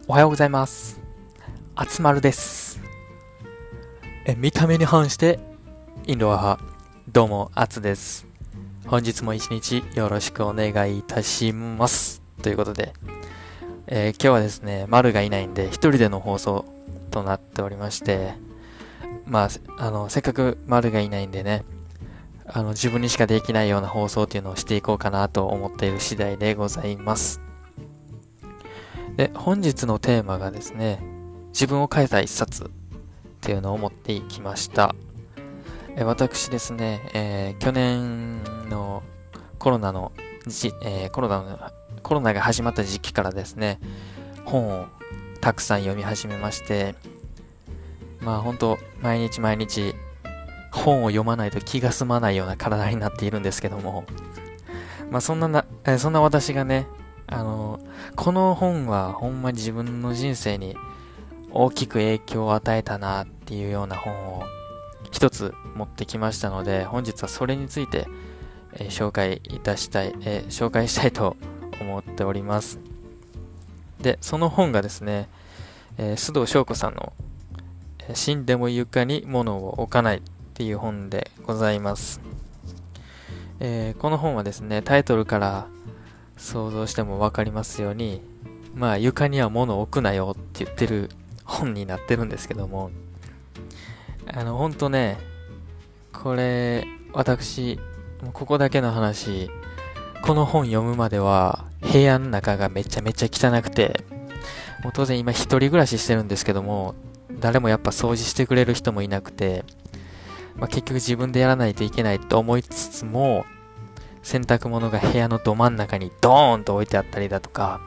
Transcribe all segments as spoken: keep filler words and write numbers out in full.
おはようございます。あつまるです。え見た目に反してインドア派。どうも、あつです。本日も一日よろしくお願いいたします。ということで、えー今日はですね、まるがいないんで一人での放送となっておりまして、まあ、せあの、せっかくまるがいないんでね、あの、自分にしかできないような放送っていうのをしていこうかなと思っている次第でございます。で、本日のテーマがですね、自分を変えた一冊っていうのを持っていきました。え私ですね、えー去年のコロナのじ、えーコロナの、コロナが始まった時期からですね、本をたくさん読み始めまして、まあ本当毎日毎日本を読まないと気が済まないような体になっているんですけども、まあそんなな、えーそんな私がね、あのこの本はほんまに自分の人生に大きく影響を与えたなっていうような本を一つ持ってきましたので、本日はそれについて、えー紹介いたしたい、えー紹介したいと思っております。で、その本がですね、えー須藤翔子さんのえー死んでも床に物を置かないっていう本でございます。えーこの本はですね、タイトルから想像してもわかりますように、まあ床には物を置くなよって言ってる本になってるんですけども、あの、ほんとね、これ、私、もうここだけの話、この本読むまでは、部屋の中がめちゃめちゃ汚くて、もう当然今一人暮らししてるんですけども、誰もやっぱ掃除してくれる人もいなくて、まあ、結局自分でやらないといけないと思いつつも、洗濯物が部屋のど真ん中にドーンと置いてあったりだとか、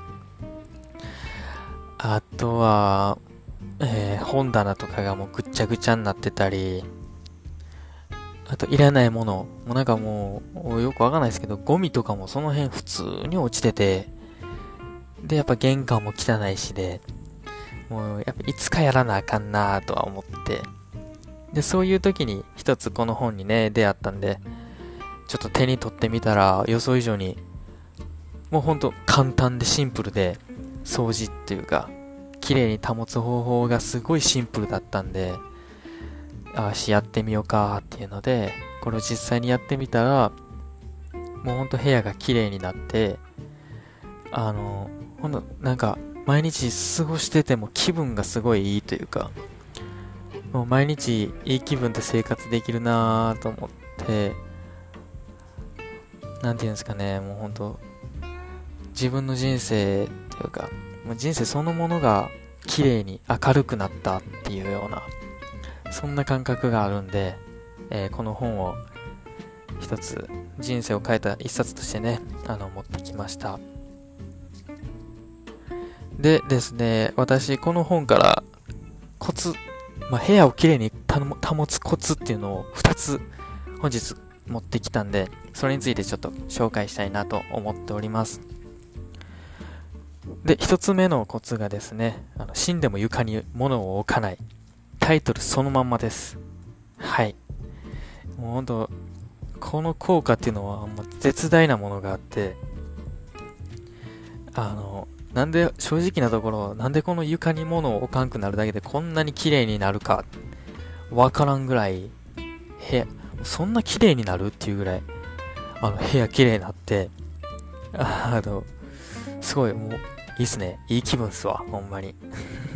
あとは、えー本棚とかがもうぐっちゃぐちゃになってたり、あといらないもの、もうなんかもうよくわかんないですけど、ゴミとかもその辺普通に落ちてて、で、やっぱ玄関も汚いしで、もうやっぱいつかやらなあかんなとは思って、で、そういう時に一つこの本にね、出会ったんで、ちょっと手に取ってみたら予想以上に、もうほんと簡単でシンプルで、掃除っていうか、綺麗に保つ方法がすごいシンプルだったんで、あーしやってみようかっていうので、これを実際にやってみたら、もうほんと部屋が綺麗になって、あの、ほんとなんか毎日過ごしてても気分がすごいいいというか、もう毎日いい気分で生活できるなぁと思って、なんていうんですかね、もうほんと自分の人生っていうか、もう人生そのものが綺麗に明るくなったっていうような、そんな感覚があるんで、えーこの本を一つ人生を変えた一冊としてね、あの持ってきました。でですね、私この本からコツ、まあ、部屋をきれいに保つコツっていうのをふたつ本日持ってきたんで、それについてちょっと紹介したいなと思っております。で、ひとつめのコツがですね、あの死んでも床に物を置かない。タイトルそのまんまです。はい。もうほんと、この効果っていうのはもう絶大なものがあって、あの、なんで、正直なところ、なんでこの床に物を置かんくなるだけでこんなに綺麗になるか、わからんぐらい、部屋、そんな綺麗になるっていうぐらい、あの、部屋綺麗になって、あの、すごい、もう、いいっすね。いい気分っすわ、ほんまに。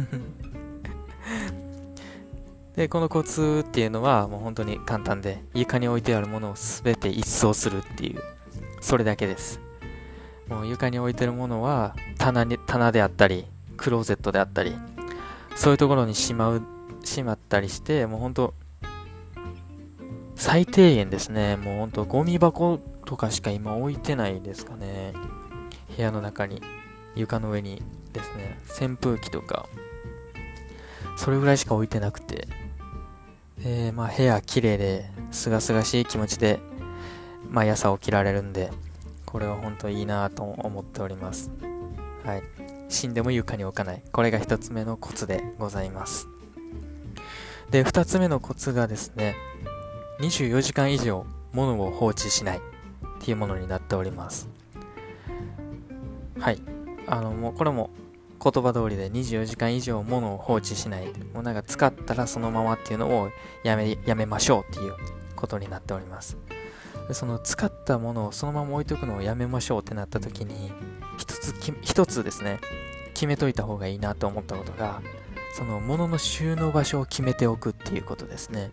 で、このコツっていうのはもう本当に簡単で、床に置いてあるものをすべて一掃するっていう、それだけです。もう床に置いてるものは棚に、棚であったり、クローゼットであったり、そういうところにしまう、しまったりして、もう本当最低限ですね。もう本当ゴミ箱とかしか今置いてないですかね。部屋の中に、床の上にですね、扇風機とか、それぐらいしか置いてなくて、えー、まあ部屋綺麗で、すがすがしい気持ちで、毎朝起きられるんで、これは本当いいなぁと思っております。はい。死んでも床に置かない。これが一つ目のコツでございます。で、二つ目のコツがですね、にじゅうよじかん以上物を放置しないっていうものになっております。はい。あの、もうこれも言葉通りでにじゅうよじかん以上物を放置しない。もうなんか使ったらそのままっていうのをやめ、やめましょうっていうことになっております。でその使ったものをそのまま置いとくのをやめましょうってなった時に、一つき、一つですね、決めといた方がいいなと思ったことが、その物の収納場所を決めておくっていうことですね。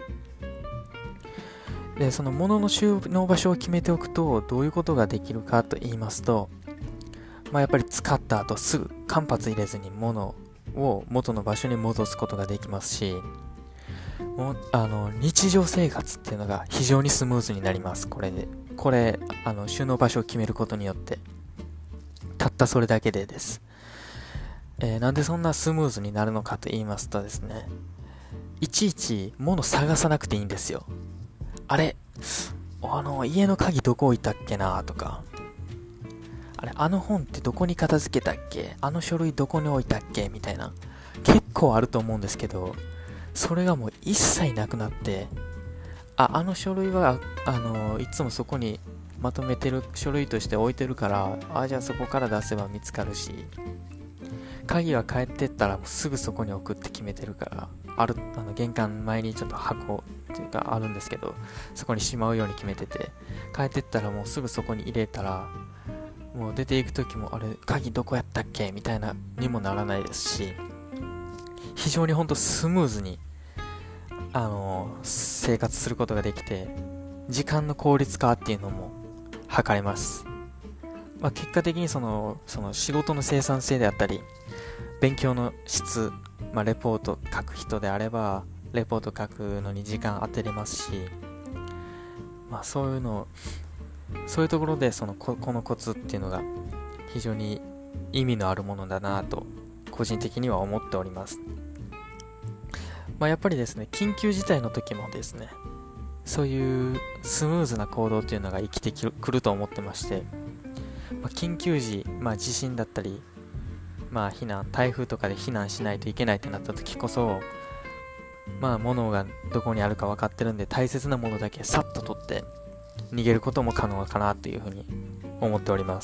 で、その物の収納場所を決めておくと、どういうことができるかと言いますと、まあ、やっぱり使った後すぐ間髪入れずに物を元の場所に戻すことができますし、もうあの日常生活っていうのが非常にスムーズになります。これでこれあの収納場所を決めることによって、たったそれだけでです、えー、なんでそんなスムーズになるのかと言いますとですね、いちいち物探さなくていいんですよ。あれあの家の鍵どこ置いたっけなとか、あれあの本ってどこに片付けたっけ、あの書類どこに置いたっけみたいな、結構あると思うんですけど、それがもう一切なくなって、あ、あの書類はあのいつもそこにまとめてる書類として置いてるから、あ、じゃあそこから出せば見つかるし、鍵は帰ってったらもうすぐそこに置くって決めてるから、あるあの玄関前にちょっと箱っていうかあるんですけど、そこにしまうように決めてて、帰ってったらもうすぐそこに入れたら、もう出ていく時もあれ鍵どこやったっけみたいなにもならないですし、非常にほんとスムーズにあの生活することができて、時間の効率化っていうのも図れます。まあ、結果的にそのその仕事の生産性であったり、勉強の質、まあ、レポート書く人であればレポート書くのに時間当てれますし、まあ、そういうのそういうところでその こ, このコツっていうのが非常に意味のあるものだなと個人的には思っております。まあ、やっぱりですね、緊急事態の時もですね、そういうスムーズな行動っていうのが生きてくると思ってまして、まあ、緊急時、まあ、地震だったり、まあ、避難台風とかで避難しないといけないってなった時こそ、まあ物がどこにあるか分かってるんで、大切なものだけさっと取って逃げることも可能かなというふうに思っております。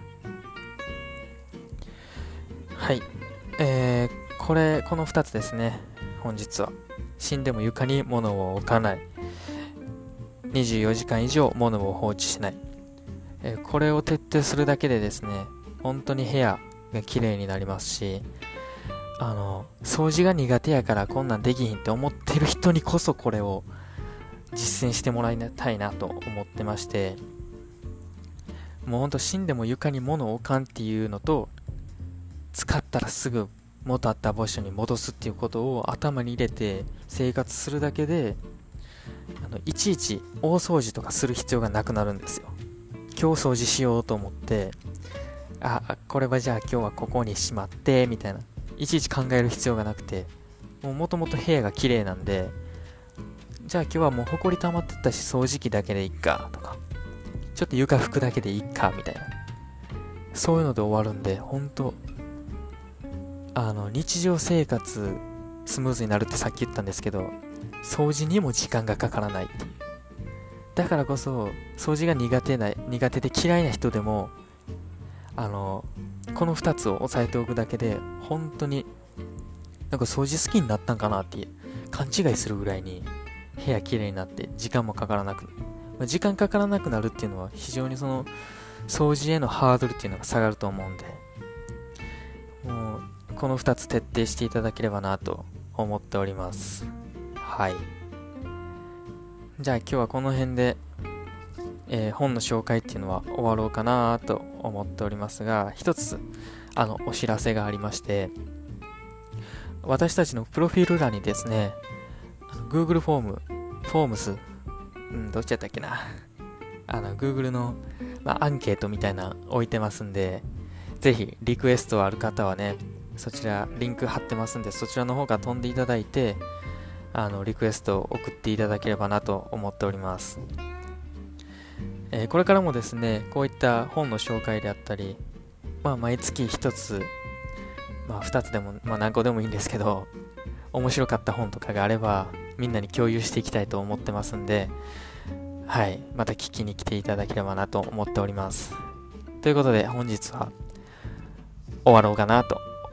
はい、えー、これこのふたつですね。本日は死んでも床に物を置かない、にじゅうよじかん以上物を放置しない、えー、これを徹底するだけでですね、本当に部屋が綺麗になりますし、あの掃除が苦手やからこんなんできひんって思ってる人にこそこれを実践してもらいたいなと思ってまして、もうほんと死んでも床に物を置かんっていうのと、使ったらすぐ元あった場所に戻すっていうことを頭に入れて生活するだけで、あのいちいち大掃除とかする必要がなくなるんですよ。今日掃除しようと思って、あ、これはじゃあ今日はここにしまってみたいな、いちいち考える必要がなくて、もともと部屋が綺麗なんで、じゃあ今日はもう埃溜まってたし掃除機だけでいいかとか、ちょっと床拭くだけでいいかみたいな、そういうので終わるんで、本当あの日常生活スムーズになるってさっき言ったんですけど、掃除にも時間がかからないっていう。だからこそ掃除が苦手な苦手で嫌いな人でも、あのこのふたつを押さえておくだけで本当になんか掃除好きになったんかなって勘違いするぐらいに部屋きれいになって、時間もかからなく、まあ、時間かからなくなるっていうのは非常にその掃除へのハードルっていうのが下がると思うんで、もうこのふたつ徹底していただければなと思っております。はい、じゃあ今日はこの辺で、えー、本の紹介っていうのは終わろうかなと思っておりますが、一つあのお知らせがありまして、私たちのプロフィール欄にですね、Google フォーム、フォームス、うん、どっちやったっけな、あの Google の、まあ、アンケートみたいな置いてますんで、ぜひリクエストある方はね、そちらリンク貼ってますんで、そちらの方から飛んでいただいて、あのリクエストを送っていただければなと思っております。えー、これからもですね、こういった本の紹介であったり、まあ、毎月一つ、まあ、二つでも、まあ、何個でもいいんですけど、面白かった本とかがあればみんなに共有していきたいと思ってますんで、はい、また聞きに来ていただければなと思っております。ということで本日は終わろうかなと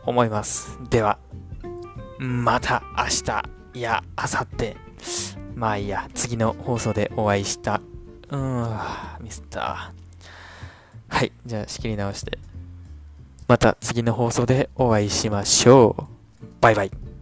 思います。では、また明日、いや、明後日、まあいいや、次の放送でお会いした、うーん、ミスった。はい、じゃあ仕切り直して、また次の放送でお会いしましょう。バイバイ。